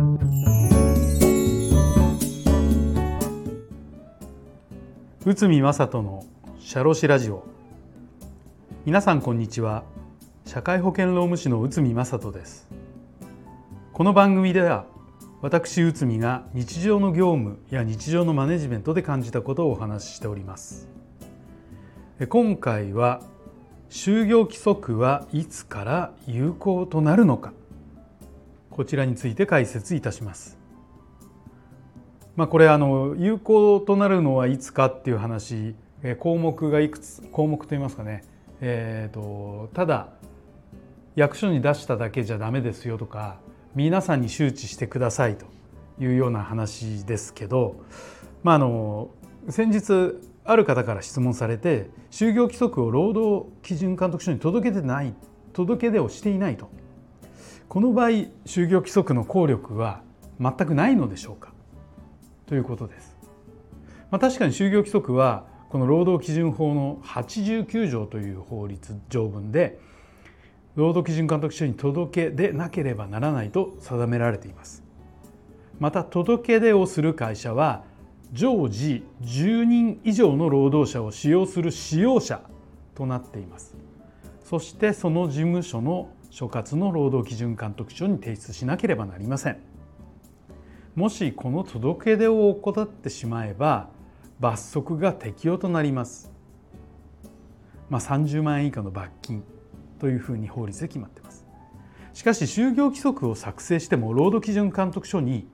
内海正人の社労士ラジオ。皆さんこんにちは。社会保険労務士の内海正人です。この番組では私内海が日常の業務や日常のマネジメントで感じたことをお話ししております。今回は就業規則はいつから有効となるのか、こちらについて解説いたします。これ有効となるのはいつかっていう話、項目がいくつ、項目といいますかね、ただ役所に出しただけじゃダメですよとか、皆さんに周知してくださいというような話ですけど、先日ある方から質問されて、就業規則を労働基準監督署に届け出をしていないと、この場合就業規則の効力は全くないのでしょうかということです。確かに就業規則はこの労働基準法の89条という法律条文で、労働基準監督署に届け出なければならないと定められています。また届け出をする会社は常時10人以上の労働者を使用する使用者となっています。そしてその事務所の所轄の労働基準監督署に提出しなければなりません。もしこの届け出を怠ってしまえば罰則が適用となります。30万円以下の罰金というふうに法律で決まっています。しかし就業規則を作成しても労働基準監督署に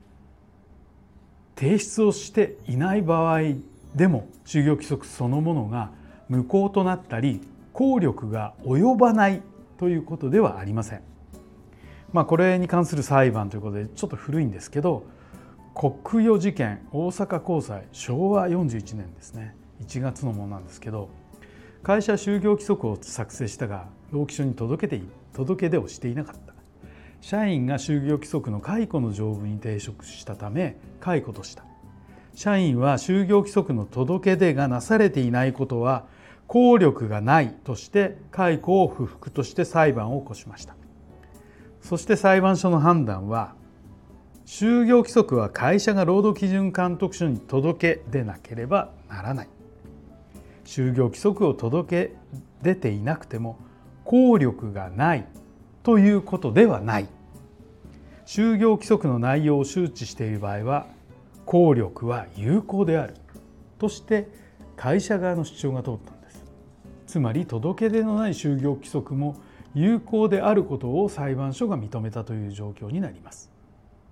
提出をしていない場合でも就業規則そのものが無効となったり効力が及ばないということではありません。これに関する裁判ということでちょっと古いんですけど、国与事件大阪高裁昭和41年ですね、1月のものなんですけど、会社就業規則を作成したが労基署に届け出をしていなかった。社員が就業規則の解雇の条文に抵触したため解雇とした。社員は就業規則の届け出がなされていないことは効力がないとして解雇を不服として裁判を起こしました。そして裁判所の判断は、就業規則は会社が労働基準監督署に届け出なければならない。就業規則を届け出ていなくても効力がないということではない。就業規則の内容を周知している場合は効力は有効であるとして会社側の主張が通ったんです。つまり届け出のない就業規則も有効であることを裁判所が認めたという状況になります。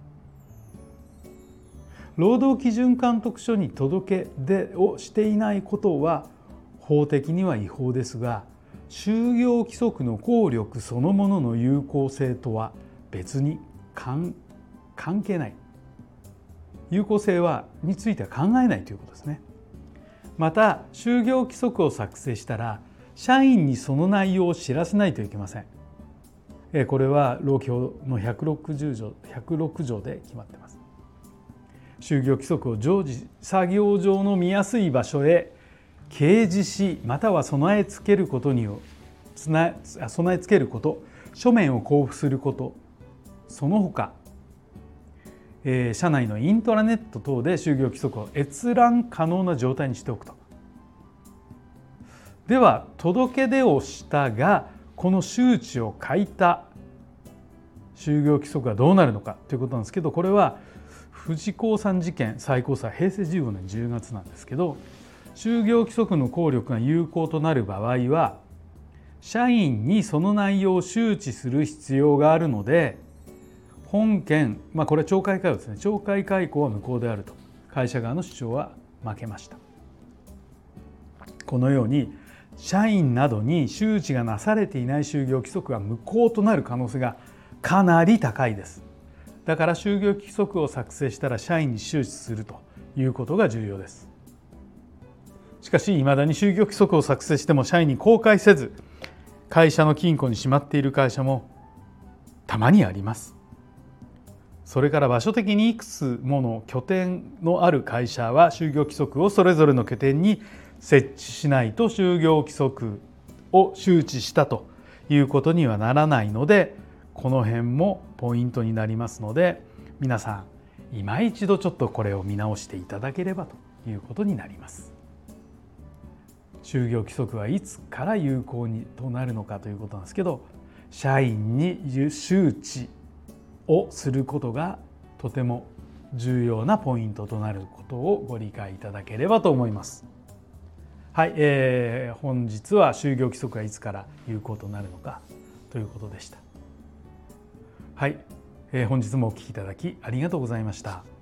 労働基準監督署に届け出をしていないことは法的には違法ですが、就業規則の効力そのものの有効性とは別に関係ない。有効性については考えないということですね。また就業規則を作成したら社員にその内容を知らせないといけません。これは労基法の106条で決まっています。就業規則を常時作業上の見やすい場所へ掲示し、または備え付けること、書面を交付すること、その他、社内のイントラネット等で就業規則を閲覧可能な状態にしておくと。では届け出をしたがこの周知を欠いた就業規則はどうなるのかということなんですけど、これは富士興産事件最高裁平成15年10月なんですけど、就業規則の効力が有効となる場合は社員にその内容を周知する必要があるので、本件、これは懲戒解雇ですね、懲戒解雇は無効であると会社側の主張は負けました。このように社員などに周知がなされていない就業規則が無効となる可能性がかなり高いです。だから就業規則を作成したら社員に周知するということが重要です。しかし未だに就業規則を作成しても社員に公開せず会社の金庫にしまっている会社もたまにあります。それから場所的にいくつもの拠点のある会社は就業規則をそれぞれの拠点に設置しないと就業規則を周知したということにはならないので、この辺もポイントになりますので、 皆さん今一度ちょっとこれを見直していただければということになります。就業規則はいつから有効にとなるのかということなんですけど、社員に周知をすることがとても重要なポイントとなることをご理解いただければと思います。はい、本日は就業規則がいつから有効となるのかということでした。はい、本日もお聞きいただきありがとうございました。